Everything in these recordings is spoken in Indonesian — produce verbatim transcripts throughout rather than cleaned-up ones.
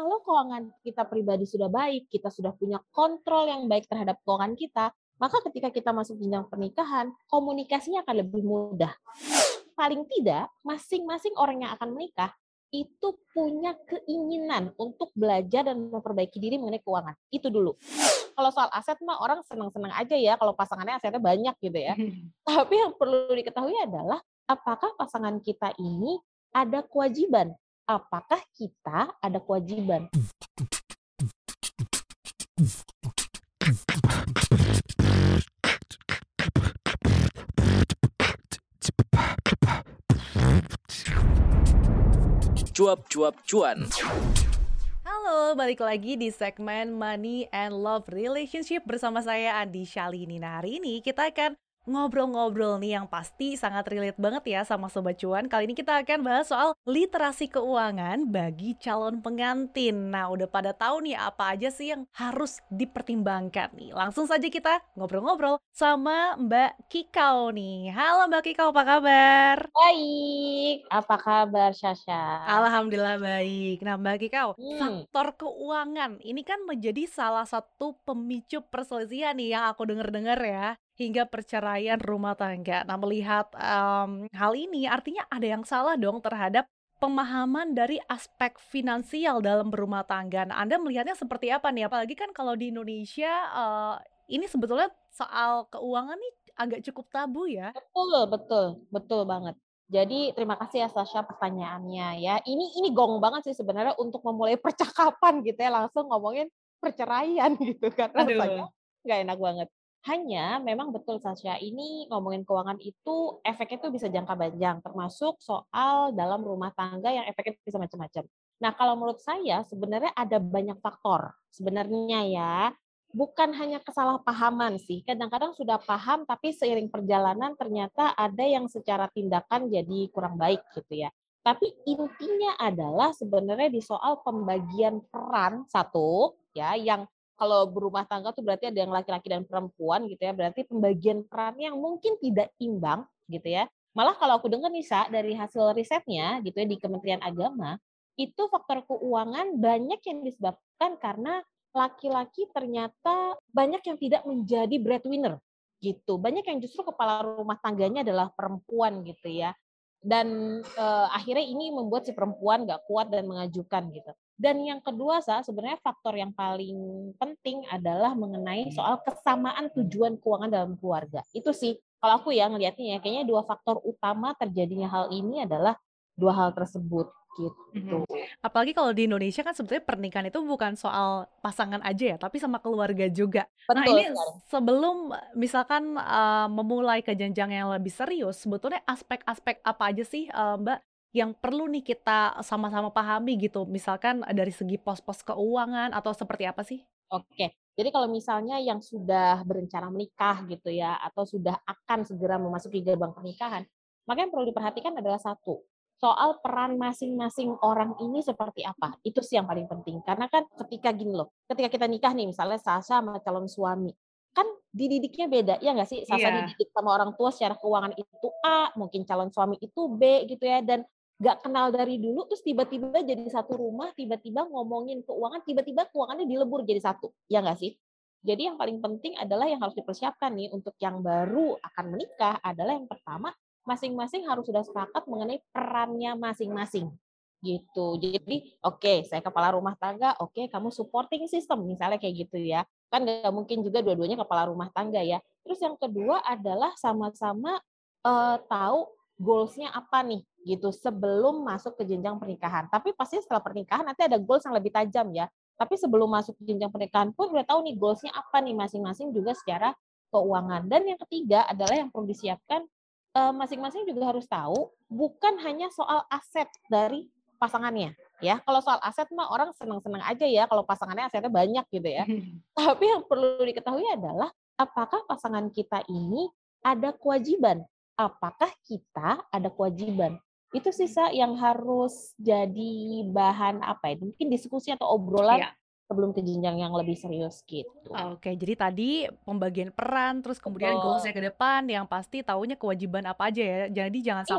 kalau keuangan kita pribadi sudah baik, kita sudah punya kontrol yang baik terhadap keuangan kita, maka ketika kita masuk jenjang pernikahan, komunikasinya akan lebih mudah. Paling tidak, masing-masing orang yang akan menikah itu punya keinginan untuk belajar dan memperbaiki diri mengenai keuangan. Itu dulu. Kalau soal aset mah orang senang-senang aja ya kalau pasangannya asetnya banyak gitu ya. Tapi yang perlu diketahui adalah apakah pasangan kita ini ada kewajiban? Apakah kita ada kewajiban? Cuap-cuap cuan. Halo, balik lagi di segmen Money and Love Relationship bersama saya Andi Shalini. Nah, hari ini kita akan ngobrol-ngobrol nih yang pasti sangat relate banget ya sama Sobat Cuan. Kali ini kita akan bahas soal literasi keuangan bagi calon pengantin. Nah, udah pada tahu nih apa aja sih yang harus dipertimbangkan nih. Langsung saja kita ngobrol-ngobrol sama Mbak Kikau nih. Halo Mbak Kikau, apa kabar? Baik, apa kabar Sasha? Alhamdulillah baik. Nah Mbak Kikau, Hmm. faktor keuangan ini kan menjadi salah satu pemicu perselisihan nih yang aku dengar-dengar ya, hingga perceraian rumah tangga. Nah melihat em, hal ini artinya ada yang salah dong terhadap pemahaman dari aspek finansial dalam berumah tangga. Nah, Anda melihatnya seperti apa nih? Apalagi kan kalau di Indonesia eh, ini sebetulnya soal keuangan nih agak cukup tabu ya. Betul, betul, betul banget. Jadi terima kasih ya Sasha pertanyaannya ya. Ini ini gong banget sih sebenarnya untuk memulai percakapan gitu ya, langsung ngomongin perceraian gitu kan rasanya Aduh. nggak enak banget. Hanya memang betul Sasha, ini ngomongin keuangan itu efeknya tuh bisa jangka panjang, termasuk soal dalam rumah tangga yang efeknya bisa macam-macam. Nah kalau menurut saya sebenarnya ada banyak faktor sebenarnya ya. Bukan hanya kesalahpahaman sih, kadang-kadang sudah paham tapi seiring perjalanan ternyata ada yang secara tindakan jadi kurang baik gitu ya. Tapi intinya adalah sebenarnya di soal pembagian peran satu ya, yang kalau berumah tangga tuh berarti ada yang laki-laki dan perempuan gitu ya, berarti pembagian peran yang mungkin tidak imbang gitu ya. Malah kalau aku dengar nih Sa, dari hasil risetnya gitu ya di Kementerian Agama, itu faktor keuangan banyak yang disebabkan karena laki-laki ternyata banyak yang tidak menjadi breadwinner gitu. Banyak yang justru kepala rumah tangganya adalah perempuan gitu ya. Dan eh, akhirnya ini membuat si perempuan nggak kuat dan mengajukan gitu. Dan yang kedua Sa, sebenarnya faktor yang paling penting adalah mengenai soal kesamaan tujuan keuangan dalam keluarga. Itu sih kalau aku ya ngelihatnya ya, kayaknya dua faktor utama terjadinya hal ini adalah dua hal tersebut gitu. Mhm. Apalagi kalau di Indonesia kan sebetulnya pernikahan itu bukan soal pasangan aja ya, tapi sama keluarga juga. Nah Betul ini sekali. sebelum misalkan uh, memulai ke jenjang yang lebih serius, sebetulnya aspek-aspek apa aja sih uh, Mbak yang perlu nih kita sama-sama pahami gitu, misalkan dari segi pos-pos keuangan atau seperti apa sih? Oke, jadi kalau misalnya yang sudah berencana menikah gitu ya, atau sudah akan segera memasuki gerbang pernikahan, maka yang perlu diperhatikan adalah satu, soal peran masing-masing orang ini seperti apa. Itu sih yang paling penting. Karena kan ketika gini loh, ketika kita nikah nih, misalnya Sasha sama calon suami, kan dididiknya beda, ya nggak sih? Sasha Iya. dididik sama orang tua secara keuangan itu A, mungkin calon suami itu B gitu ya, dan nggak kenal dari dulu, terus tiba-tiba jadi satu rumah, tiba-tiba ngomongin keuangan, tiba-tiba keuangannya dilebur jadi satu, ya nggak sih? Jadi yang paling penting adalah yang harus dipersiapkan nih untuk yang baru akan menikah adalah yang pertama, masing-masing harus sudah sepakat mengenai perannya masing-masing. Gitu. Jadi, oke, okay, saya kepala rumah tangga, oke, okay, kamu supporting system, misalnya kayak gitu ya. Kan nggak mungkin juga dua-duanya kepala rumah tangga ya. Terus yang kedua adalah sama-sama uh, tahu goals-nya apa nih gitu sebelum masuk ke jenjang pernikahan. Tapi pasti setelah pernikahan nanti ada goals yang lebih tajam ya. Tapi sebelum masuk ke jenjang pernikahan pun udah tahu nih goals-nya apa nih masing-masing juga secara keuangan. Dan yang ketiga adalah yang perlu disiapkan masing-masing juga harus tahu bukan hanya soal aset dari pasangannya ya. Kalau soal aset mah orang senang-senang aja ya kalau pasangannya asetnya banyak gitu ya. Tapi yang perlu diketahui adalah apakah pasangan kita ini ada kewajiban? Apakah kita ada kewajiban? Itu sisa yang harus jadi bahan apa ya? Mungkin diskusi atau obrolan Iya. sebelum ke jenjang yang lebih serius gitu. Oke, jadi tadi pembagian peran, terus kemudian Betul. goals-nya ke depan yang pasti taunya kewajiban apa aja ya. Jadi jangan Iya. sampai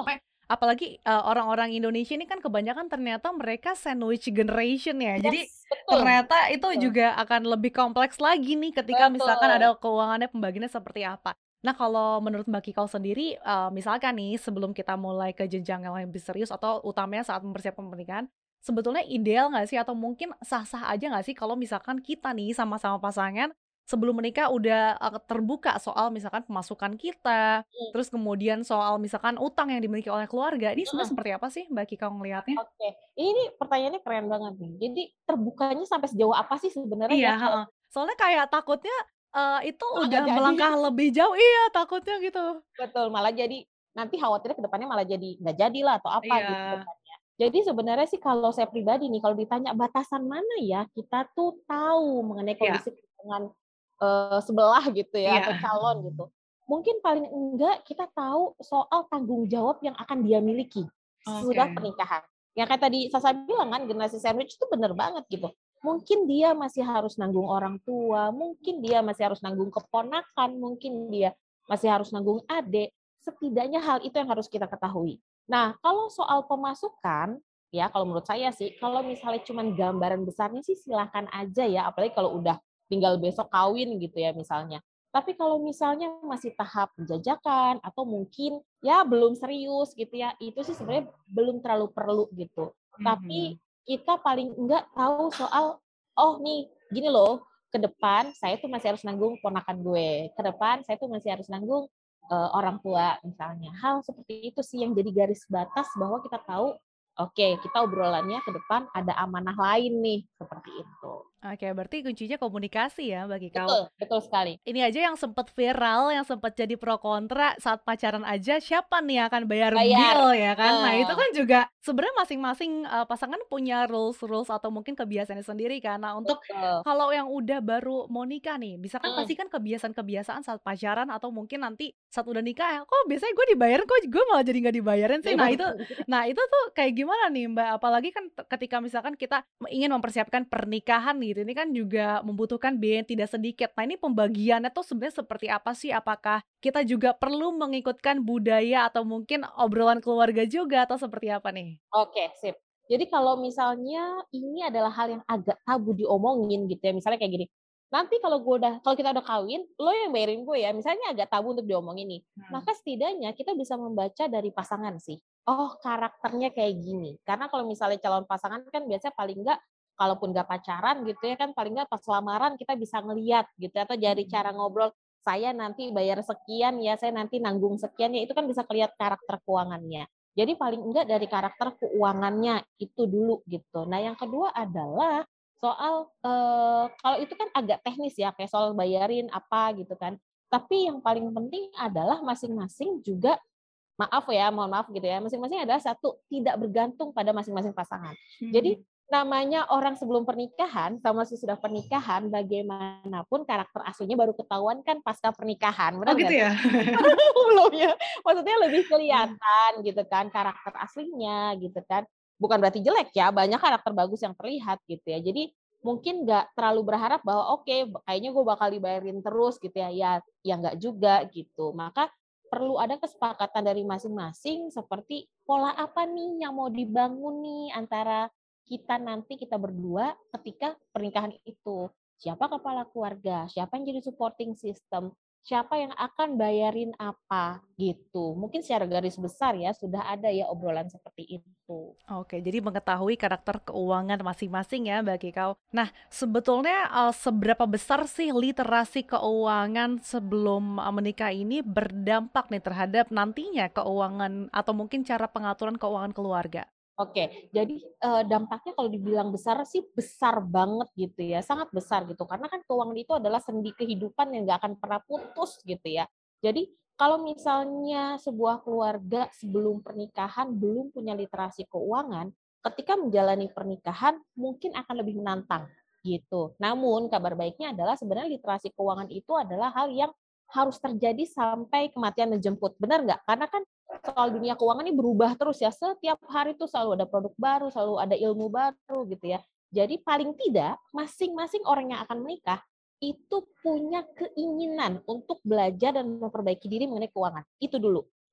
Apalagi, eee, orang-orang Indonesia ini kan kebanyakan ternyata mereka sandwich generation ya. Jadi Yes, betul, ternyata itu betul, juga akan lebih kompleks lagi nih ketika misalkan betul. ada keuangannya pembagiannya seperti apa. Nah, kalau menurut Mbak Kikau sendiri, eee, misalkan nih sebelum kita mulai ke jenjang yang lebih serius atau utamanya saat mempersiapkan pernikahan, sebetulnya ideal nggak sih atau mungkin sah-sah aja nggak sih kalau misalkan kita nih sama-sama pasangan sebelum menikah udah, eee, terbuka soal misalkan pemasukan kita, Mhm, terus kemudian soal misalkan utang yang dimiliki oleh keluarga, ini sebenarnya mhm. seperti apa sih Mbak Kikau ngelihatnya? Oke, ini nih pertanyaannya keren banget nih. Jadi terbukanya sampai sejauh apa sih sebenarnya Iya, ya kalau heeh. Soalnya kayak takutnya, eee, itu malah udah nggak jadi? melangkah lebih jauh iya, takutnya gitu. Betul, malah jadi nanti khawatirnya ke depannya malah jadi nggak jadilah atau apa Iya, gitu kan ya. Jadi sebenarnya sih kalau saya pribadi nih, kalau ditanya batasan mana ya kita tuh tahu mengenai iya, kondisi keuangan, eee, sebelah gitu ya atau iya. calon gitu. Mungkin paling enggak kita tahu soal tanggung jawab yang akan dia miliki sesudah Oke. pernikahan. Ya kayak tadi Sasa bilang kan generasi sandwich itu bener banget gitu. Mungkin dia masih harus nanggung orang tua, mungkin dia masih harus nanggung keponakan, mungkin dia masih harus nanggung adik, setidaknya hal itu yang harus kita ketahui. Nah, kalau soal pemasukan, ya kalau menurut saya sih, kalau misalnya cuma gambaran besarnya sih silahkan aja ya, apalagi kalau udah tinggal besok kawin gitu ya misalnya. Tapi kalau misalnya masih tahap penjajakan atau mungkin ya belum serius gitu ya, itu sih sebenarnya belum terlalu perlu gitu. Tapi Mhm. kita paling enggak tahu soal, oh nih gini loh, ke depan saya tuh masih harus nanggung ponakan gue, ke depan saya tuh masih harus nanggung uh, orang tua misalnya. Hal seperti itu sih yang jadi garis batas bahwa kita tahu, oke okay, kita obrolannya ke depan ada amanah lain nih, seperti itu. Oke, berarti kuncinya komunikasi ya bagi kau. Betul, betul sekali. Ini aja yang sempet viral, yang sempet jadi pro kontra saat pacaran aja, siapa nih yang akan bayar Bayar. bill ya kan? Nah itu Nah, kan juga sebenarnya masing-masing, eee, pasangan punya rules-rules atau mungkin kebiasaannya sendiri kan. Nah untuk betul. kalau yang udah baru mau nikah nih, misalkan Mm, pasti kan kebiasaan-kebiasaan saat pacaran atau mungkin nanti saat udah nikah ya, "Kok biasanya gue dibayarin, kok gue malah jadi nggak dibayarin sih?" iya Nah itu betul. nah itu tuh kayak gimana nih Mbak? Apalagi kan te ketika misalkan kita ingin mempersiapkan pernikahan gitu, ini kan juga membutuhkan biaya yang tidak sedikit. Nah, ini pembagiannya tuh sebenarnya seperti apa sih? Apakah kita juga perlu mengikutkan budaya atau mungkin obrolan keluarga juga atau seperti apa nih? Oke, sip. Jadi kalau misalnya ini adalah hal yang agak tabu diomongin gitu ya, misalnya kayak gini, nanti kalau gue udah kalau kita udah kawin, lo yang bayarin gue ya, misalnya agak tabu untuk diomongin nih. Hmm. Maka setidaknya kita bisa membaca dari pasangan sih. Oh, karakternya kayak gini. Karena kalau misalnya calon pasangan kan biasanya paling enggak kalaupun nggak pacaran gitu ya kan paling nggak pas lamaran kita bisa ngeliat gitu ya, atau dari Mhm. cara ngobrol saya nanti bayar sekian ya, saya nanti nanggung sekian ya, itu kan bisa kelihatan karakter keuangannya. Jadi paling enggak dari karakter keuangannya itu dulu gitu. Nah yang kedua adalah soal eh, kalau itu kan agak teknis ya kayak soal bayarin apa gitu kan. Tapi yang paling penting adalah masing-masing juga maaf ya, mohon maaf gitu ya, masing-masing adalah satu tidak bergantung pada masing-masing pasangan. Jadi Mhm. namanya orang sebelum pernikahan sama sesudah pernikahan bagaimanapun karakter aslinya baru ketahuan kan pasca pernikahan, Oh benar gitu nggak sih? ya? Belum ya, maksudnya lebih kelihatan gitu kan karakter aslinya gitu kan. Bukan berarti jelek ya, banyak karakter bagus yang terlihat gitu ya. Jadi mungkin nggak terlalu berharap bahwa oke okay, kayaknya gue bakal dibayarin terus gitu ya. Ya, ya nggak juga gitu. Maka perlu ada kesepakatan dari masing-masing seperti pola apa nih yang mau dibangun nih antara kita nanti kita berdua ketika pernikahan itu. Siapa kepala keluarga, siapa yang jadi supporting system, siapa yang akan bayarin apa gitu. Mungkin secara garis besar ya sudah ada ya obrolan seperti itu. Oke, jadi mengetahui karakter keuangan masing-masing ya bagi kau. Nah, sebetulnya eh, seberapa besar sih literasi keuangan sebelum eh, menikah ini berdampak nih terhadap nantinya keuangan atau mungkin cara pengaturan keuangan keluarga? Oke, jadi eh, dampaknya kalau dibilang besar sih besar banget gitu ya, sangat besar gitu. Karena kan keuangan itu adalah sendi kehidupan yang nggak akan pernah putus gitu ya. Jadi kalau misalnya sebuah keluarga sebelum pernikahan belum punya literasi keuangan, ketika menjalani pernikahan mungkin akan lebih menantang gitu. Namun kabar baiknya adalah sebenarnya literasi keuangan itu adalah hal yang harus terjadi sampai kematian menjemput. Benar nggak? Karena kan soal dunia keuangan ini berubah terus ya. Setiap hari tuh selalu ada produk baru, selalu ada ilmu baru gitu ya. Jadi paling tidak masing-masing orang yang akan menikah itu punya keinginan untuk belajar dan memperbaiki diri mengenai keuangan. Itu dulu.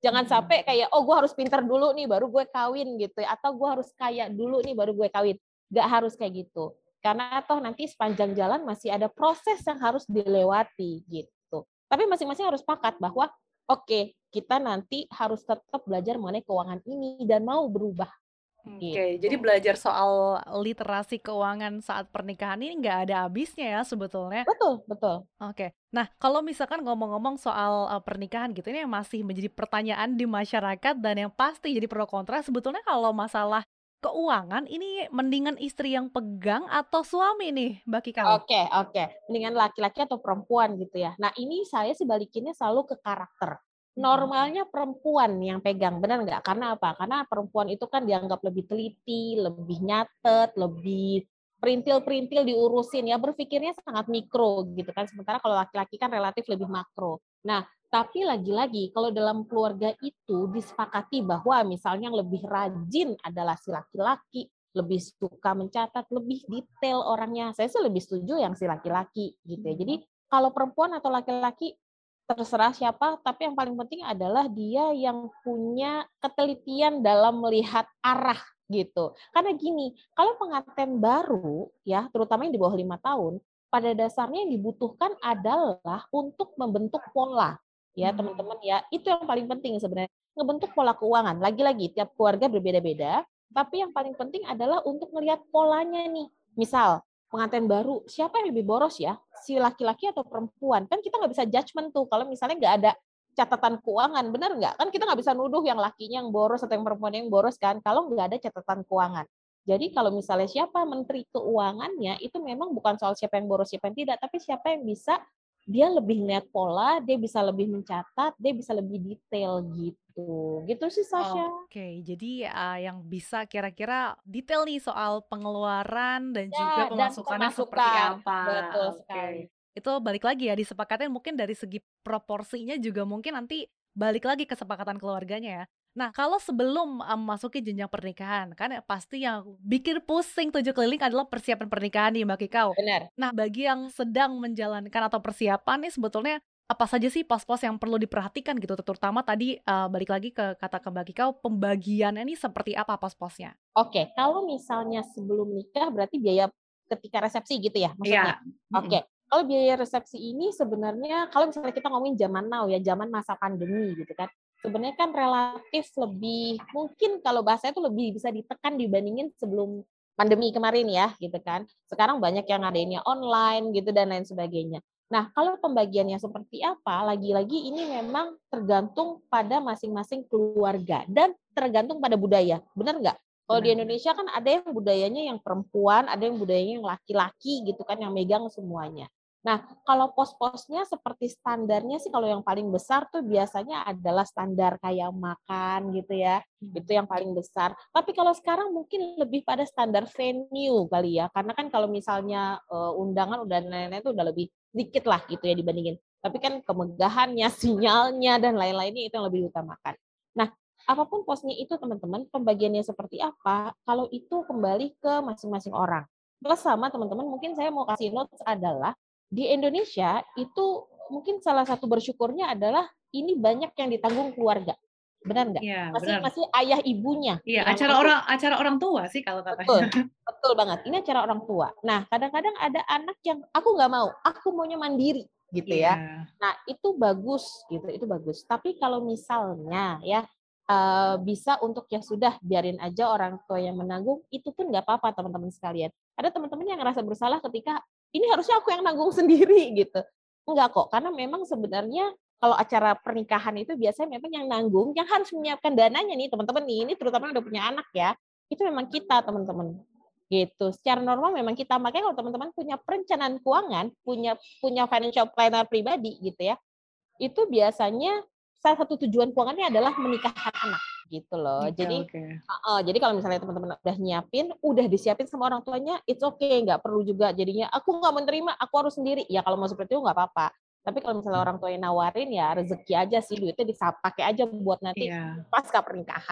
Jangan Mhm. sampai kayak, oh gue harus pintar dulu nih baru gue kawin gitu ya, atau gue harus kaya dulu nih baru gue kawin. Nggak harus kayak gitu. Karena toh nanti sepanjang jalan masih ada proses yang harus dilewati gitu. Tapi masing-masing harus sepakat bahwa oke, okay, kita nanti harus tetap belajar mengenai keuangan ini dan mau berubah Oke, jadi gitu. belajar soal literasi keuangan saat pernikahan ini nggak ada habisnya ya sebetulnya. Betul, betul. Oke. Nah, kalau misalkan ngomong-ngomong soal, eee, pernikahan gitu, ini yang masih menjadi pertanyaan di masyarakat dan yang pasti jadi pro kontra, sebetulnya kalau masalah keuangan ini mendingan istri yang pegang atau suami nih, Mbak Kikau? Oke, oke. Mendingan laki-laki atau perempuan gitu ya. Nah, ini saya sih balikinnya selalu ke karakter. Mhm. Normalnya perempuan yang pegang, benar nggak? Karena apa? Karena perempuan itu kan dianggap lebih teliti, lebih nyatet, lebih perintil-perintil diurusin ya, berpikirnya sangat mikro gitu kan. Sementara kalau laki-laki kan relatif lebih makro. Nah, tapi lagi-lagi kalau dalam keluarga itu disepakati bahwa misalnya yang lebih rajin adalah si laki-laki, lebih suka mencatat, lebih detail orangnya. Saya sih lebih setuju yang si laki-laki gitu ya. Jadi kalau perempuan atau laki-laki terserah siapa, tapi yang paling penting adalah dia yang punya ketelitian dalam melihat arah gitu. Karena gini, kalau pengantin baru ya, terutama yang di bawah lima tahun, pada dasarnya yang dibutuhkan adalah untuk membentuk pola ya Mmm. teman-teman ya. Itu yang paling penting sebenarnya. Ngebentuk pola keuangan. Lagi-lagi tiap keluarga berbeda-beda, tapi yang paling penting adalah untuk melihat polanya nih. Misal, pengantin baru, siapa yang lebih boros ya? Si laki-laki atau perempuan? Kan kita nggak bisa judgement tuh kalau misalnya nggak ada catatan keuangan, benar nggak? Kan kita nggak bisa nuduh yang lakinya yang boros atau yang perempuan yang boros kan, kalau nggak ada catatan keuangan. Jadi kalau misalnya siapa menteri keuangannya, itu memang bukan soal siapa yang boros, siapa yang tidak, tapi siapa yang bisa dia lebih lihat pola, dia bisa lebih mencatat, dia bisa lebih detail gitu. Gitu sih Sasha. Oke, jadi, eee, yang bisa kira-kira detail nih soal pengeluaran dan juga Ya, dan pemasukannya seperti pemasukan. apa. Betul sekali. Oke. Itu balik lagi ya, disepakatnya mungkin dari segi proporsinya juga mungkin nanti balik lagi kesepakatan keluarganya ya. Nah, kalau sebelum, mmm, memasuki jenjang pernikahan, kan ya pasti yang bikin pusing tujuh keliling adalah persiapan pernikahan nih, Mbak Kikau. Benar. Nah, bagi yang sedang menjalankan atau persiapan nih sebetulnya apa saja sih pos-pos yang perlu diperhatikan gitu, terutama tadi, eee, balik lagi ke kata ke Mbak Kikau, pembagiannya nih seperti apa pos-posnya? Oke, kalau misalnya sebelum nikah berarti biaya ketika resepsi gitu ya maksudnya? Iya, mhm. Oke, kalau biaya resepsi ini sebenarnya kalau misalnya kita ngomongin zaman now ya, zaman masa pandemi gitu kan, sebenarnya kan relatif lebih mungkin kalau bahasanya itu lebih bisa ditekan dibandingin sebelum pandemi kemarin ya gitu kan. Sekarang banyak yang ngadainnya online gitu dan lain sebagainya. Nah, kalau pembagiannya seperti apa, lagi-lagi ini memang tergantung pada masing-masing keluarga dan tergantung pada budaya, benar nggak? Kalau di Benar. Indonesia kan ada yang budayanya yang perempuan, ada yang budayanya yang laki-laki gitu kan yang megang semuanya. Nah, kalau pos-posnya seperti standarnya sih kalau yang paling besar tuh biasanya adalah standar kayak makan gitu ya. Itu yang paling besar. Tapi kalau sekarang mungkin lebih pada standar venue kali ya. Karena kan kalau misalnya uh, undangan udah lain-lain itu udah lebih dikit lah gitu ya dibandingin. Tapi kan kemegahannya, sinyalnya dan lain-lainnya itu yang lebih diutamakan. Nah, apapun posnya itu teman-teman, pembagiannya seperti apa, kalau itu kembali ke masing-masing orang. Plus sama teman-teman, mungkin saya mau kasih notes adalah di Indonesia itu mungkin salah satu bersyukurnya adalah ini banyak yang ditanggung keluarga. Benar nggak? Iya, Masih benar. masih ayah ibunya Iya, yang acara masuk. orang acara orang tua sih kalau katanya. Betul, betul banget. Ini acara orang tua. Nah, kadang-kadang ada anak yang aku nggak mau, aku maunya mandiri gitu ya. Iya. Nah, itu bagus gitu, itu bagus. Tapi kalau misalnya ya eh, bisa untuk ya sudah biarin aja orang tua yang menanggung, itu pun nggak apa-apa teman-teman sekalian. Ada teman-teman yang ngerasa bersalah ketika ini harusnya aku yang nanggung sendiri gitu. Enggak kok, karena memang sebenarnya kalau acara pernikahan itu biasanya memang yang nanggung, yang harus menyiapkan dananya nih teman-teman nih, ini terutama yang udah punya anak ya, itu memang kita teman-teman gitu. Secara normal memang kita, makanya kalau teman-teman punya perencanaan keuangan, punya punya financial planner pribadi gitu ya, itu biasanya salah satu tujuan keuangannya adalah menikahkan anak gitu loh. Oke, Jadi oke. uh, jadi kalau misalnya teman-teman udah nyiapin, udah disiapin sama orang tuanya, it's okay, nggak perlu juga jadinya aku nggak menerima, aku harus sendiri. Ya kalau mau seperti itu nggak apa-apa. Tapi kalau misalnya orang tuanya nawarin ya rezeki aja sih, duitnya bisa pakai aja buat nanti Iya. pasca pernikahan.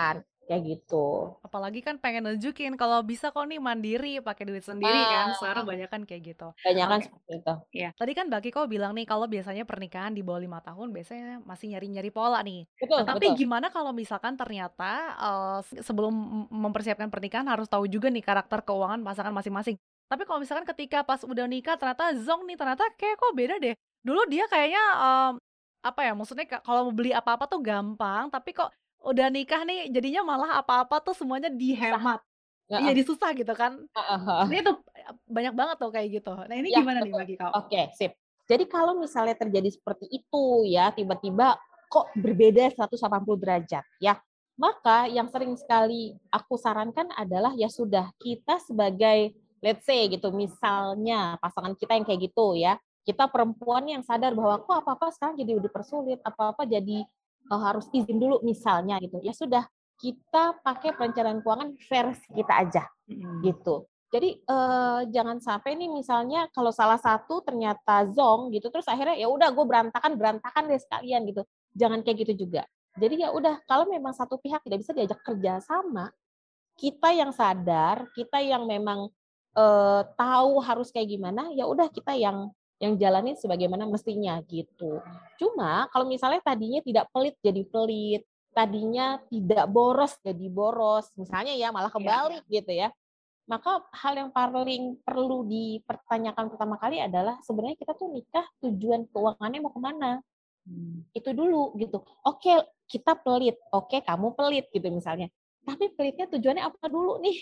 kayak gitu. Apalagi kan pengen nunjukin kalau bisa kok nih mandiri, pakai duit sendiri kan, sekarang Nah, banyak kan kayak gitu. kebanyakan Oke, seperti itu. iya. Tadi kan Mbak Kiko bilang nih kalau biasanya pernikahan di bawah lima tahun biasanya masih nyari-nyari pola nih. Nah, Betul tapi betul. gimana kalau misalkan ternyata, eee, se sebelum mem mempersiapkan pernikahan harus tahu juga nih karakter keuangan pasangan masing-masing. Tapi kalau misalkan ketika pas udah nikah ternyata zonk nih, ternyata kayak kok beda deh. Dulu dia kayaknya, mmm, apa ya, maksudnya ka kalau mau beli apa-apa tuh gampang, tapi kok udah nikah nih jadinya malah apa-apa tuh semuanya Susah. dihemat. Iya, Heeh, jadi susah gitu kan. heeh heeh. Sebenarnya tuh, eee, banyak banget tuh kayak gitu. Nah, ini Iya, gimana nih betul. Mbak Kiko? Oke, sip. Jadi kalau misalnya terjadi seperti itu ya, tiba-tiba kok berbeda seratus delapan puluh derajat ya, maka yang sering sekali aku sarankan adalah ya sudah, kita sebagai let's say gitu, misalnya pasangan kita yang kayak gitu ya, kita perempuan yang sadar bahwa kok apa-apa sekarang jadi dipersulit, apa-apa jadi uh, harus izin dulu misalnya gitu. Ya sudah, kita pakai perencanaan keuangan versi kita aja Mhm. gitu. Jadi eh, jangan sampai nih misalnya kalau salah satu ternyata zonk gitu, terus akhirnya ya udah gue berantakan berantakan deh sekalian gitu. Jangan kayak gitu juga. Jadi ya udah, kalau memang satu pihak tidak bisa diajak kerja sama, kita yang sadar, kita yang memang eh, tahu harus kayak gimana, ya udah kita yang yang jalanin sebagaimana mestinya gitu. Cuma kalau misalnya tadinya tidak pelit jadi pelit, tadinya tidak boros jadi boros, misalnya ya malah Iya. kebalik gitu ya, maka hal yang paling perlu dipertanyakan pertama kali adalah sebenarnya kita tuh nikah tujuan keuangannya mau kemana? Mmm. Itu dulu gitu. Oke, kita pelit. Oke, kamu pelit gitu misalnya. Tapi pelitnya tujuannya apa dulu nih?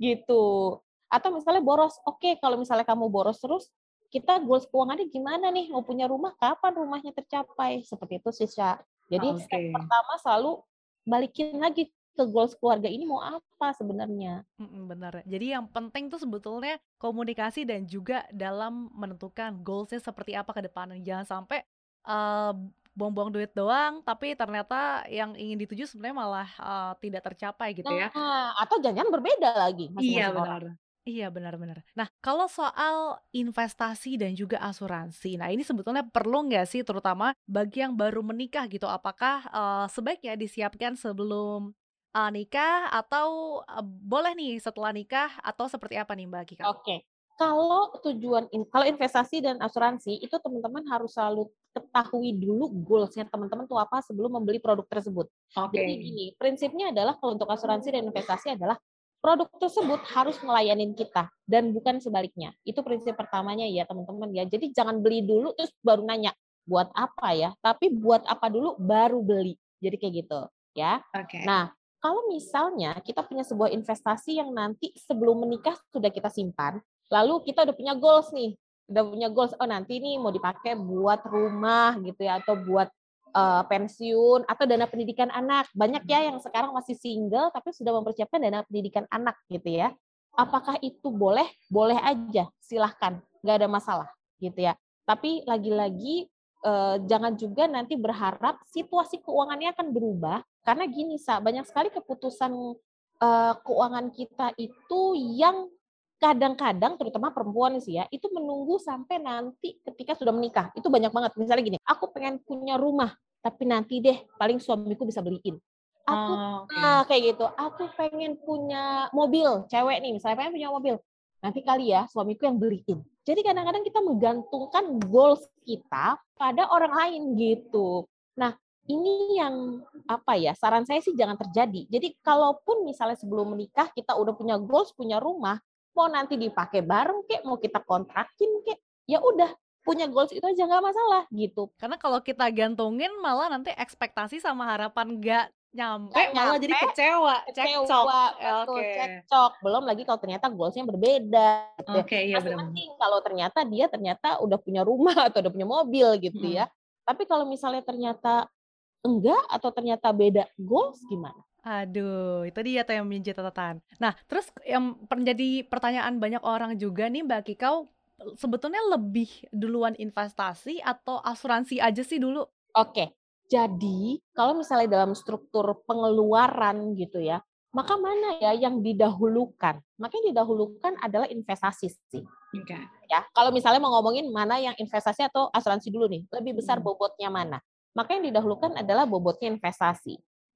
Gitu. Atau misalnya boros. Oke, kalau misalnya kamu boros terus, kita goals keuangannya gimana nih? Mau punya rumah, kapan rumahnya tercapai? Seperti itu sih, Sya. Jadi step Oke. pertama selalu balikin lagi ke goals keluarga ini mau apa sebenarnya. Mhm, bener. Jadi yang penting tuh sebetulnya komunikasi dan juga dalam menentukan goals-nya seperti apa ke depannya. Jangan sampai, eee, buang-buang duit doang, tapi ternyata yang ingin dituju sebenarnya malah, eee, tidak tercapai gitu ya. Nah, atau jangan-jangan berbeda lagi Iya, masing-masing orang. benar. Iya, benar-benar. Nah, kalau soal investasi dan juga asuransi, nah ini sebetulnya perlu nggak sih terutama bagi yang baru menikah gitu, apakah, eee, sebaiknya disiapkan sebelum, eee, nikah atau, eee, boleh nih setelah nikah atau seperti apa nih Mbak Kika? Oke. Kalau tujuan in kalau investasi dan asuransi itu teman-teman harus selalu ketahui dulu goals-nya teman-teman tuh apa sebelum membeli produk tersebut. Oke. Jadi gini, prinsipnya adalah kalau untuk asuransi dan investasi adalah produk tersebut harus ngelayanin kita dan bukan sebaliknya. Itu prinsip pertamanya ya teman-teman ya. Jadi jangan beli dulu terus baru nanya, buat apa ya? Tapi buat apa dulu baru beli. Jadi kayak gitu ya. Oke. Nah, kalau misalnya kita punya sebuah investasi yang nanti sebelum menikah sudah kita simpan, lalu kita udah punya goals nih, udah punya goals, oh nanti ini mau dipakai buat rumah gitu ya, atau buat uh, pensiun, atau dana pendidikan anak. Banyak ya yang sekarang masih single tapi sudah mempersiapkan dana pendidikan anak gitu ya. Apakah itu boleh? Boleh aja, silahkan, nggak ada masalah gitu ya. Tapi lagi-lagi eh, jangan juga nanti berharap situasi keuangannya akan berubah, karena gini Sa, banyak sekali keputusan uh, keuangan kita itu yang kadang-kadang terutama perempuan sih ya, itu menunggu sampai nanti ketika sudah menikah. Itu banyak banget. Misalnya gini, aku pengen punya rumah, tapi nanti deh paling suamiku bisa beliin. Aku Oh, oke. nah kayak gitu, aku pengen punya mobil, cewek nih misalnya pengen punya mobil. Nanti kali ya suamiku yang beliin. Jadi kadang-kadang kita menggantungkan goals kita pada orang lain gitu. Nah, ini yang apa ya, saran saya sih jangan terjadi. Jadi kalaupun misalnya sebelum menikah kita udah punya goals, punya rumah, mau nanti dipakai bareng kek, mau kita kontrakin kek, ya udah punya goals itu aja nggak masalah gitu. Karena kalau kita gantungin malah nanti ekspektasi sama harapan nggak Nggak nyampe, malah jadi nyampe, kecewa, cekcok. kecewa, betul, Oke. cekcok. Belum lagi kalau ternyata goals-nya berbeda gitu ya. Oke, iya Masih benar-benar. mending kalau ternyata dia ternyata udah punya rumah atau udah punya mobil gitu Mhm. ya. Tapi kalau misalnya ternyata enggak atau ternyata beda goals gimana? Aduh, itu dia tuh yang menjadi catatan. Nah, terus yang menjadi pertanyaan banyak orang juga nih Mbak Kikau, sebetulnya lebih duluan investasi atau asuransi aja sih dulu? Oke, jadi kalau misalnya dalam struktur pengeluaran gitu ya, maka mana ya yang didahulukan? Maka yang didahulukan adalah investasi sih. Oke. Ya, kalau misalnya mau ngomongin mana yang investasi atau asuransi dulu nih, lebih besar Mhm. bobotnya mana? Maka yang didahulukan adalah bobotnya investasi. Nah,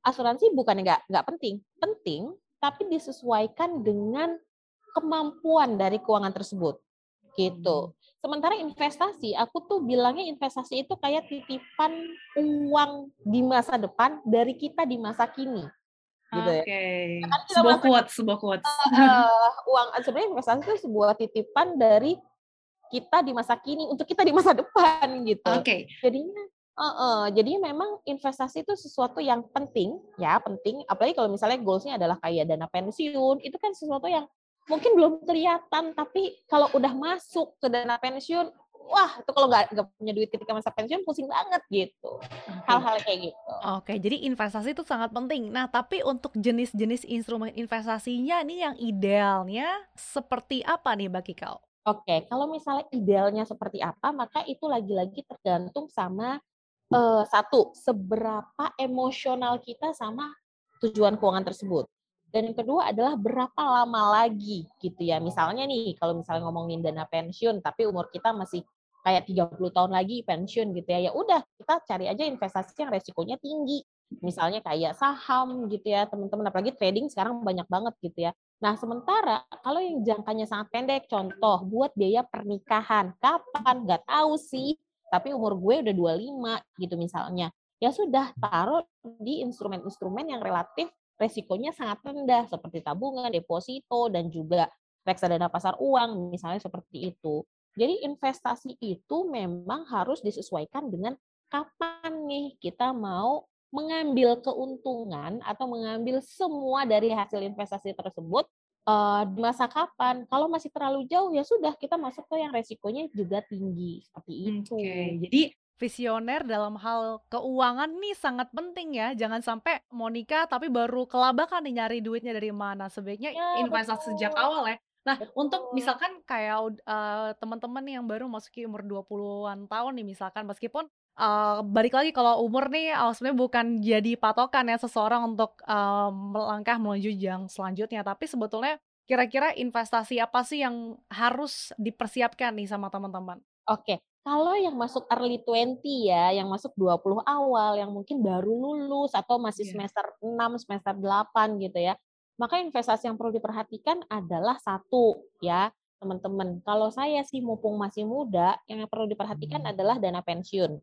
asuransi bukannya nggak nggak penting, penting, tapi disesuaikan dengan kemampuan dari keuangan tersebut, gitu. Sementara investasi, aku tuh bilangnya investasi itu kayak titipan uang di masa depan dari kita di masa kini, gitu ya. Oke, Kan kita sebuah masa quotes, sebuah quotes. uh, uang sebenarnya investasi itu sebuah titipan dari kita di masa kini untuk kita di masa depan gitu. Oke. Jadinya uh, uh, jadinya memang investasi itu sesuatu yang penting ya, penting apalagi kalau misalnya goals-nya adalah kayak dana pensiun, itu kan sesuatu yang mungkin belum kelihatan, tapi kalau udah masuk ke dana pensiun, wah itu kalau nggak nggak punya duit ketika masa pensiun pusing banget gitu. Oke. Hal-hal kayak gitu. Oke, jadi investasi itu sangat penting. Nah, tapi untuk jenis-jenis instrumen investasinya nih yang idealnya seperti apa nih bagi kau? Oke, kalau misalnya idealnya seperti apa, maka itu lagi-lagi tergantung sama uh, satu, seberapa emosional kita sama tujuan keuangan tersebut. Dan yang kedua adalah berapa lama lagi gitu ya. Misalnya nih, kalau misalnya ngomongin dana pensiun, tapi umur kita masih kayak tiga puluh tahun lagi pensiun gitu ya. Ya udah, kita cari aja investasi yang resikonya tinggi. Misalnya kayak saham gitu ya, teman-teman. Apalagi trading sekarang banyak banget gitu ya. Nah, sementara kalau yang jangkanya sangat pendek, contoh buat biaya pernikahan, kapan? Nggak tahu sih, tapi umur gue udah dua puluh lima gitu misalnya. Ya sudah, taruh di instrumen-instrumen yang relatif resikonya sangat rendah, seperti tabungan, deposito, dan juga reksadana pasar uang, misalnya seperti itu. Jadi investasi itu memang harus disesuaikan dengan kapan nih kita mau mengambil keuntungan atau mengambil semua dari hasil investasi tersebut uh, di masa kapan. Kalau masih terlalu jauh ya sudah kita masuk ke yang resikonya juga tinggi seperti itu. Oke, jadi visioner dalam hal keuangan nih sangat penting ya. Jangan sampai mau nikah tapi baru kelabakan nih nyari duitnya dari mana. Sebaiknya Ya investasi sejak betul, awal ya. Nah, untuk betul. misalkan kayak uh, teman-teman yang baru masuki umur dua puluhan tahun nih misalkan, meskipun uh, balik lagi kalau umur nih uh, sebenarnya bukan jadi patokan ya seseorang untuk uh, melangkah menuju yang selanjutnya, tapi sebetulnya kira-kira investasi apa sih yang harus dipersiapkan nih sama teman-teman? Oke, kalau yang masuk early twenty ya, yang masuk dua puluh awal, yang mungkin baru lulus atau masih Iya. semester enam, semester delapan gitu ya. Maka investasi yang perlu diperhatikan adalah satu ya, teman-teman. Kalau saya sih mumpung masih muda, yang perlu diperhatikan adalah dana pensiun.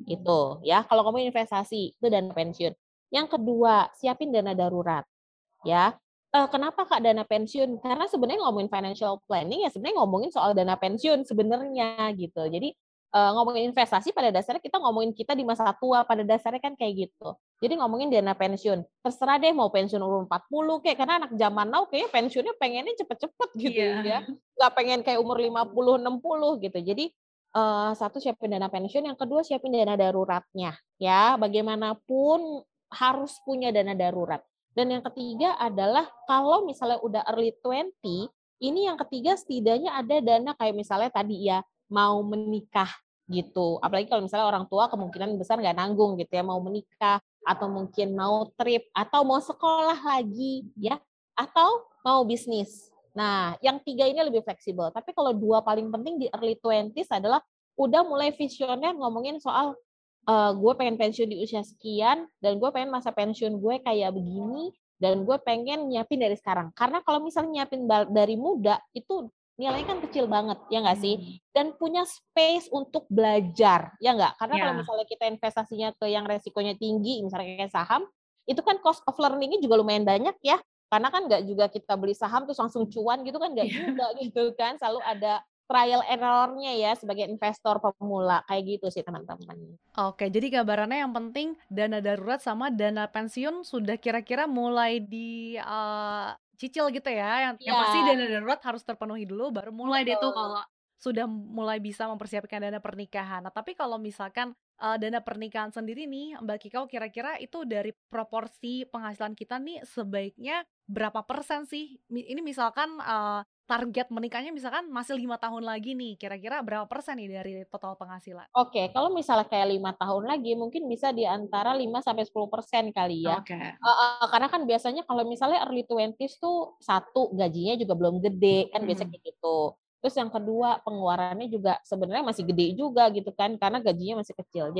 Itu ya, kalau kamu investasi itu dana pensiun. Yang kedua, siapin dana darurat ya. Eh, kenapa Kak dana pensiun? Karena sebenarnya ngomongin financial planning ya sebenarnya ngomongin soal dana pensiun sebenarnya gitu. Jadi eh, ngomongin investasi pada dasarnya kita ngomongin kita di masa tua pada dasarnya kan kayak gitu. Jadi ngomongin dana pensiun. Terserah deh mau pensiun umur empat puluh kayak karena anak zaman now kayaknya pensiunnya pengennya cepet-cepet gitu Iya. ya. Nggak pengen kayak umur lima puluh, enam puluh gitu. Jadi eh, satu siapin dana pensiun, yang kedua siapin dana daruratnya ya. Bagaimanapun harus punya dana darurat. Dan yang ketiga adalah kalau misalnya udah early twenty, ini yang ketiga setidaknya ada dana kayak misalnya tadi ya, mau menikah gitu. Apalagi kalau misalnya orang tua kemungkinan besar nggak nanggung gitu ya, mau menikah, atau mungkin mau trip, atau mau sekolah lagi ya, atau mau bisnis. Nah, yang tiga ini lebih fleksibel. Tapi kalau dua paling penting di early twenties adalah udah mulai visioner ngomongin soal uh, gue pengen pensiun di usia sekian dan gue pengen masa pensiun gue kayak begini dan gue pengen nyiapin dari sekarang. Karena kalau misalnya nyiapin dari muda itu nilainya kan kecil banget, ya nggak sih? Dan punya space untuk belajar, ya nggak? Karena kalau Ya. misalnya kita investasinya ke yang resikonya tinggi, misalnya kayak saham, itu kan cost of learning-nya juga lumayan banyak ya. Karena kan nggak juga kita beli saham terus langsung cuan gitu kan nggak juga gitu kan. Selalu ada trial and error-nya ya sebagai investor pemula kayak gitu sih teman-teman. Oke, jadi gambarannya yang penting dana darurat sama dana pensiun sudah kira-kira mulai di uh, cicil gitu ya. Yang, yang Iya, pasti dana darurat harus terpenuhi dulu, baru mulai deh tuh betul. kalau sudah mulai bisa mempersiapkan dana pernikahan. Nah, tapi kalau misalkan uh, dana pernikahan sendiri nih, Mbak Kikau kira-kira itu dari proporsi penghasilan kita nih sebaiknya berapa persen sih? Mi- Ini misalkan uh, target menikahnya misalkan masih lima tahun lagi nih, kira-kira berapa persen nih dari total penghasilan? Oke, kalau misalnya kayak lima tahun lagi mungkin bisa di antara lima sampai sepuluh persen kali ya. Oke. Heeh, karena kan biasanya kalau misalnya early twenties tuh satu gajinya juga belum gede kan biasanya Mhm. kayak gitu. Terus yang kedua pengeluarannya juga sebenarnya masih gede juga gitu kan karena gajinya masih kecil. Jadi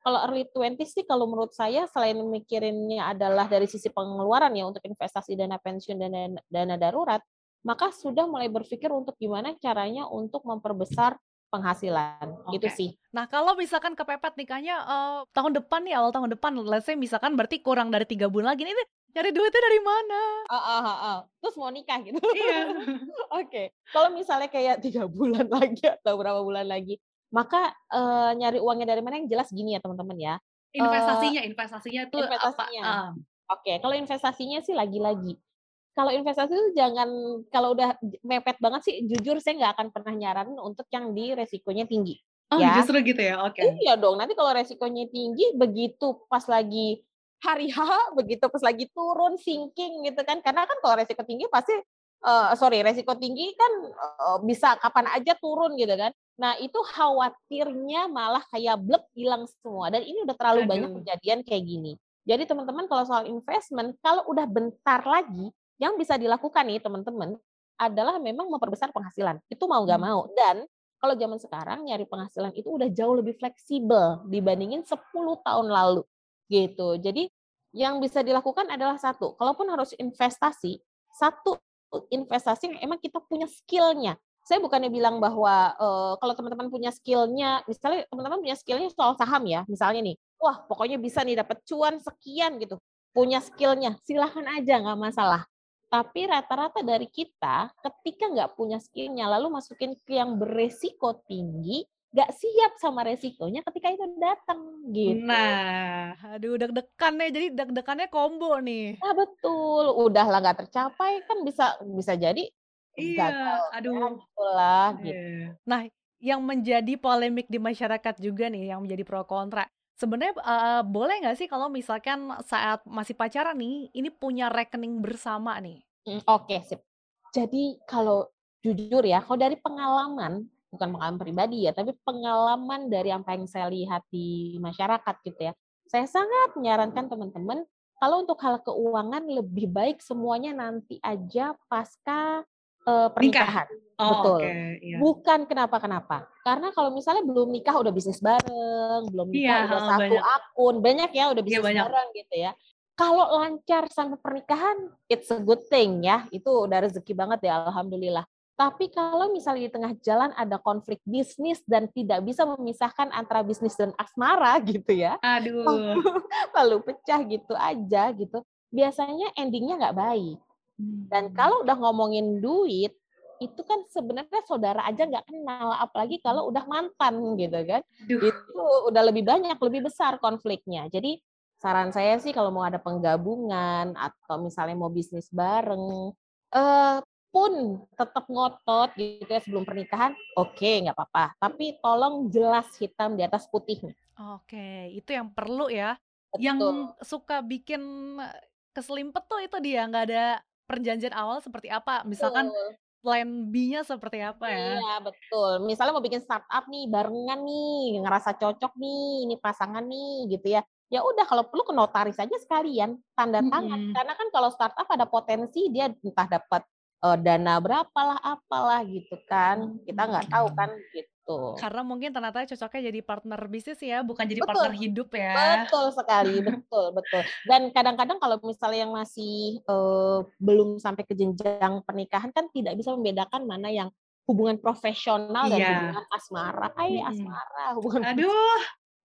Kalau early twenties sih kalau menurut saya selain mikirinnya adalah dari sisi pengeluaran ya untuk investasi dana pensiun dan dana, dana darurat, maka sudah mulai berpikir untuk gimana caranya untuk memperbesar penghasilan. Itu Oke. sih. Nah, kalau misalkan kepepet nikahnya, eee, tahun depan nih, awal tahun depan, let's say misalkan berarti kurang dari tiga bulan lagi nih, nih nyari duitnya dari mana? Heeh heeh. Terus mau nikah gitu. Iya. Oke. Kalau misalnya kayak tiga bulan lagi atau berapa bulan lagi, maka, eee, nyari uangnya dari mana yang jelas gini ya teman-teman ya, eee, Investasinya investasinya tuh apa? investasinya. Heeh. Oke, kalau investasinya sih lagi-lagi, kalau investasi itu jangan kalau udah j mepet banget sih jujur saya nggak akan pernah nyaranin untuk yang di resikonya tinggi, Oh, ya. justru gitu ya? Oke. Iya dong, nanti kalau resikonya tinggi, begitu pas lagi hari H, begitu pas lagi turun, sinking gitu kan, karena kan kalau resiko tinggi pasti eee, sorry, resiko tinggi kan, eee, bisa kapan aja turun gitu kan. Nah, itu khawatirnya malah kayak blek hilang semua dan ini udah terlalu banyak Aduh. kejadian kayak gini. Jadi teman-teman kalau soal investment, kalau udah bentar lagi, yang bisa dilakukan nih teman-teman, adalah memang memperbesar penghasilan. Itu mau nggak Mmm. mau dan kalau zaman sekarang nyari penghasilan itu udah jauh lebih fleksibel dibandingin sepuluh tahun lalu, gitu. Jadi yang bisa dilakukan adalah satu, kalaupun harus investasi, satu investasi yang emang kita punya skill-nya. Saya bukannya bilang bahwa, eee, kalau teman-teman punya skill-nya, misalnya teman-teman punya skill-nya soal saham ya, misalnya nih, wah pokoknya bisa nih dapat cuan sekian gitu, punya skill-nya, silahkan aja nggak masalah. Tapi rata-rata dari kita ketika nggak punya skill-nya lalu masukin ke yang beresiko tinggi, nggak siap sama resikonya ketika itu datang, gitu. Nah, aduh deg-degan nih, jadi deg-degannya combo nih. Nah betul, udahlah nggak tercapai kan bisa bisa jadi Iya, gagal ya aduh. gitulah, gitu. Iya. Nah, yang menjadi polemik di masyarakat juga nih, yang menjadi pro kontra. Sebenarnya, eee, boleh nggak sih kalau misalkan saat masih pacaran nih, ini punya rekening bersama nih? Mhm, oke sip. Jadi kalau jujur ya, kalau dari pengalaman, bukan pengalaman pribadi ya, tapi pengalaman dari apa yang saya lihat di masyarakat gitu ya, saya sangat menyarankan teman-teman kalau untuk hal keuangan lebih baik semuanya nanti aja pasca, eee, Nikah? pernikahan. Oh, oke, Betul. iya. Bukan kenapa-kenapa, karena kalau misalnya belum nikah udah bisnis bareng, belum Iya, nikah udah heeh, satu banyak. akun, banyak ya udah Iya, bisnis banyak. bareng gitu ya. Kalau lancar sampai pernikahan, it's a good thing ya, itu udah rezeki banget ya, alhamdulillah. Tapi kalau misalnya di tengah jalan ada konflik bisnis dan tidak bisa memisahkan antara bisnis dan asmara gitu ya, Aduh. lalu lalu pecah gitu aja gitu, biasanya endingnya nggak baik. Dan Mmm. kalau udah ngomongin duit, itu kan sebenarnya saudara aja nggak kenal, apalagi kalau udah mantan gitu kan. Aduh. Itu udah lebih banyak, lebih besar konfliknya. Jadi saran saya sih kalau mau ada penggabungan atau misalnya mau bisnis bareng, eh, pun tetap ngotot gitu ya sebelum pernikahan, oke nggak apa-apa. Tapi tolong jelas hitam di atas putihnya. Oke, itu yang perlu ya. Betul. Yang suka bikin keselimpet tuh itu dia, nggak ada perjanjian awal seperti apa, misalkan Betul. plan B-nya seperti apa ya. Iya, betul. Misalnya mau bikin startup nih, barengan nih, ngerasa cocok nih, ini pasangan nih, gitu ya. Ya udah kalau perlu ke notaris aja sekalian, tanda tangan. Mhm. Karena kan kalau startup ada potensi dia entah dapat eh, dana berapalah, apalah gitu kan. Kita nggak tahu Mhm. kan gitu. Karena mungkin ternyata cocoknya jadi partner bisnis ya, bukan jadi Betul, partner hidup ya. betul sekali, betul, betul. Dan kadang-kadang kalau misalnya yang masih eh, belum sampai ke jenjang pernikahan kan tidak bisa membedakan mana yang hubungan profesional dan Iya. hubungan asmara. Hai Mhm. asmara, hubungan Aduh,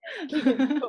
gitu.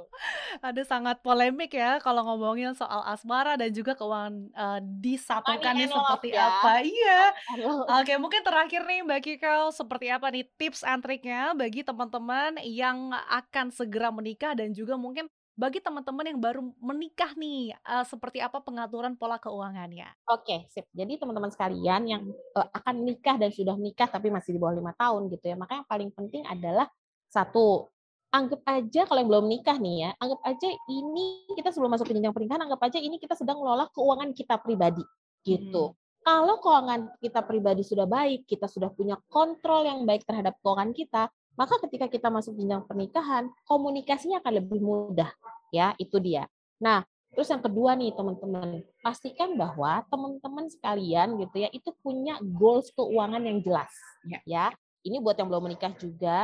ada sangat polemik ya kalau ngomongin soal asmara dan juga keuangan, eee, Money disatukan nih and love seperti ya, apa. Iya. money and love. Oke, mungkin terakhir nih Mbak Kikau, seperti apa nih tips and triknya bagi teman-teman yang akan segera menikah dan juga mungkin bagi teman-teman yang baru menikah nih, eee, seperti apa pengaturan pola keuangannya? Oke, sip. Jadi teman-teman sekalian yang eh, akan nikah dan sudah menikah tapi masih di bawah lima tahun gitu ya. Maka yang paling penting adalah satu, anggap aja kalau yang belum nikah nih ya, anggap aja ini kita sebelum masuk ke jenjang pernikahan, anggap aja ini kita sedang mengelola keuangan kita pribadi Mhm. gitu. Kalau keuangan kita pribadi sudah baik, kita sudah punya kontrol yang baik terhadap keuangan kita, maka ketika kita masuk jenjang pernikahan, komunikasinya akan lebih mudah ya, itu dia. Nah, terus yang kedua nih teman-teman, pastikan bahwa teman-teman sekalian gitu ya, itu punya goals keuangan yang jelas Ya. ya. Ini buat yang belum menikah juga,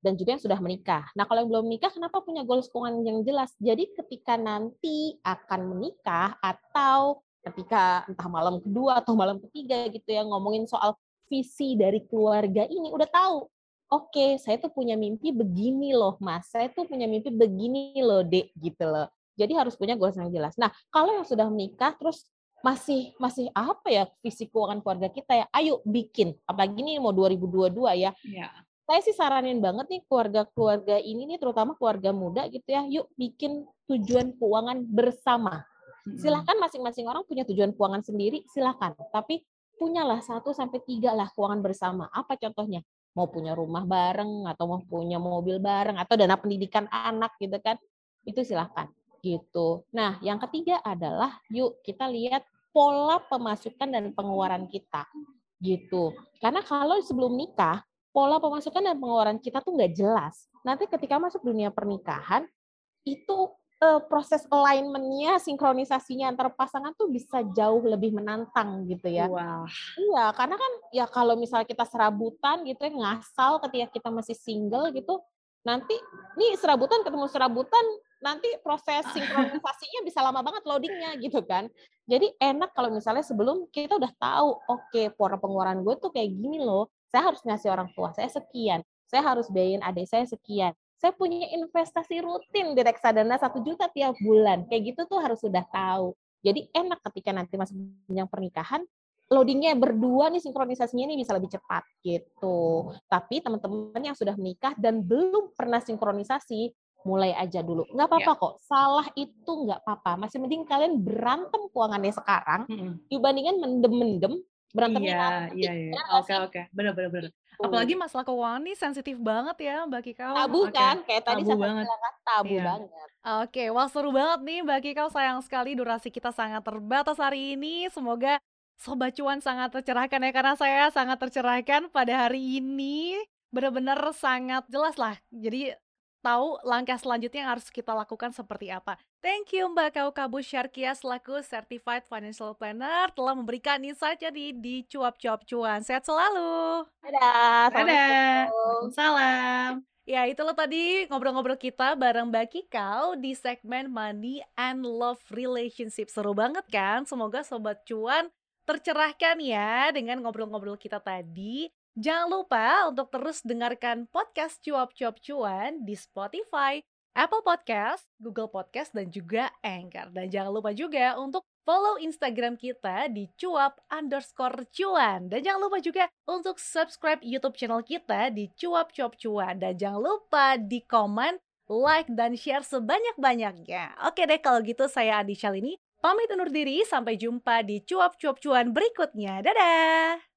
dan juga yang sudah menikah. Nah, kalau yang belum menikah, kenapa punya goals keuangan yang jelas? Jadi ketika nanti akan menikah atau ketika entah malam kedua atau malam ketiga gitu ya, ngomongin soal visi dari keluarga ini, udah tahu. Oke, saya tuh punya mimpi begini loh, Mas. Saya tuh punya mimpi begini loh, Dek, gitu loh. Jadi harus punya goals yang jelas. Nah, kalau yang sudah menikah terus masih masih apa ya visi keuangan keluarga kita ya? Ayo bikin. Apalagi ini mau dua ribu dua puluh dua ya. Iya. Saya sih saranin banget nih keluarga-keluarga ini nih, terutama keluarga muda gitu ya, yuk bikin tujuan keuangan bersama. Silahkan masing-masing orang punya tujuan keuangan sendiri, silahkan. Tapi punyalah satu sampai tiga lah keuangan bersama. Apa contohnya? Mau punya rumah bareng, atau mau punya mobil bareng, atau dana pendidikan anak gitu kan. Itu silahkan. Gitu. Nah, yang ketiga adalah yuk kita lihat pola pemasukan dan pengeluaran kita. Gitu. Karena kalau sebelum nikah, pola pemasukan dan pengeluaran kita tuh nggak jelas. Nanti ketika masuk dunia pernikahan, itu eh, proses alignment-nya, sinkronisasinya antar pasangan tuh bisa jauh lebih menantang gitu ya. Wah. Iya, karena kan ya kalau misalnya kita serabutan gitu ya, ngasal ketika kita masih single gitu, nanti nih serabutan ketemu serabutan, nanti proses sinkronisasinya bisa lama banget loadingnya gitu kan. Jadi enak kalau misalnya sebelum kita udah tahu, oke, pola pengeluaran gue tuh kayak gini loh. Saya harus ngasih orang tua saya sekian. Saya harus bayarin adik saya sekian. Saya punya investasi rutin di reksadana satu juta tiap bulan. Kayak gitu tuh harus sudah tahu. Jadi enak ketika nanti masuk jenjang pernikahan, loadingnya berdua nih, sinkronisasinya ini bisa lebih cepat gitu. Tapi teman-teman yang sudah menikah dan belum pernah sinkronisasi, mulai aja dulu. Nggak apa-apa Ya. kok. Salah itu nggak apa-apa. Masih mending kalian berantem keuangannya sekarang Mm-mm. dibandingkan mendem-mendem berantemnya Iya, nanti. iya, iya. Benar nggak Oke, sih? oke. Benar, benar, benar. Tuh. Apalagi masalah keuangan nih sensitif banget ya, Mbak Kikau. Tabu Oke, kan? Kayak tadi tabu saya banget. bilang kan, tabu Iya. banget. Oke, wah seru banget nih Mbak Kikau. Sayang sekali durasi kita sangat terbatas hari ini. Semoga Sobat Cuan sangat tercerahkan ya, karena saya sangat tercerahkan pada hari ini. Benar-benar sangat jelas lah. Jadi tahu langkah selanjutnya yang harus kita lakukan seperti apa. Thank you Mbak Kaukabu Syarkia selaku Certified Financial Planner telah memberikan insight jadi di Cuap Cuap Cuan. Sehat selalu. Dadah. Dadah. Assalamualaikum. Waalaikumsalam. Ya, itulah tadi ngobrol-ngobrol kita bareng Mbak Kikau di segmen Money and Love Relationship. Seru banget kan? Semoga Sobat Cuan tercerahkan ya dengan ngobrol-ngobrol kita tadi. Jangan lupa untuk terus dengarkan podcast Cuap Cuap Cuan di Spotify, Apple Podcast, Google Podcast, dan juga Anchor. Dan jangan lupa juga untuk follow Instagram kita di cuap underscore cuan. Dan jangan lupa juga untuk subscribe YouTube channel kita di Cuap Cuap Cuan. Dan jangan lupa di komen, like, dan share sebanyak-banyaknya. Oke deh, kalau gitu saya Adi Shalini pamit undur diri. Sampai jumpa di Cuap Cuap Cuan berikutnya. Dadah!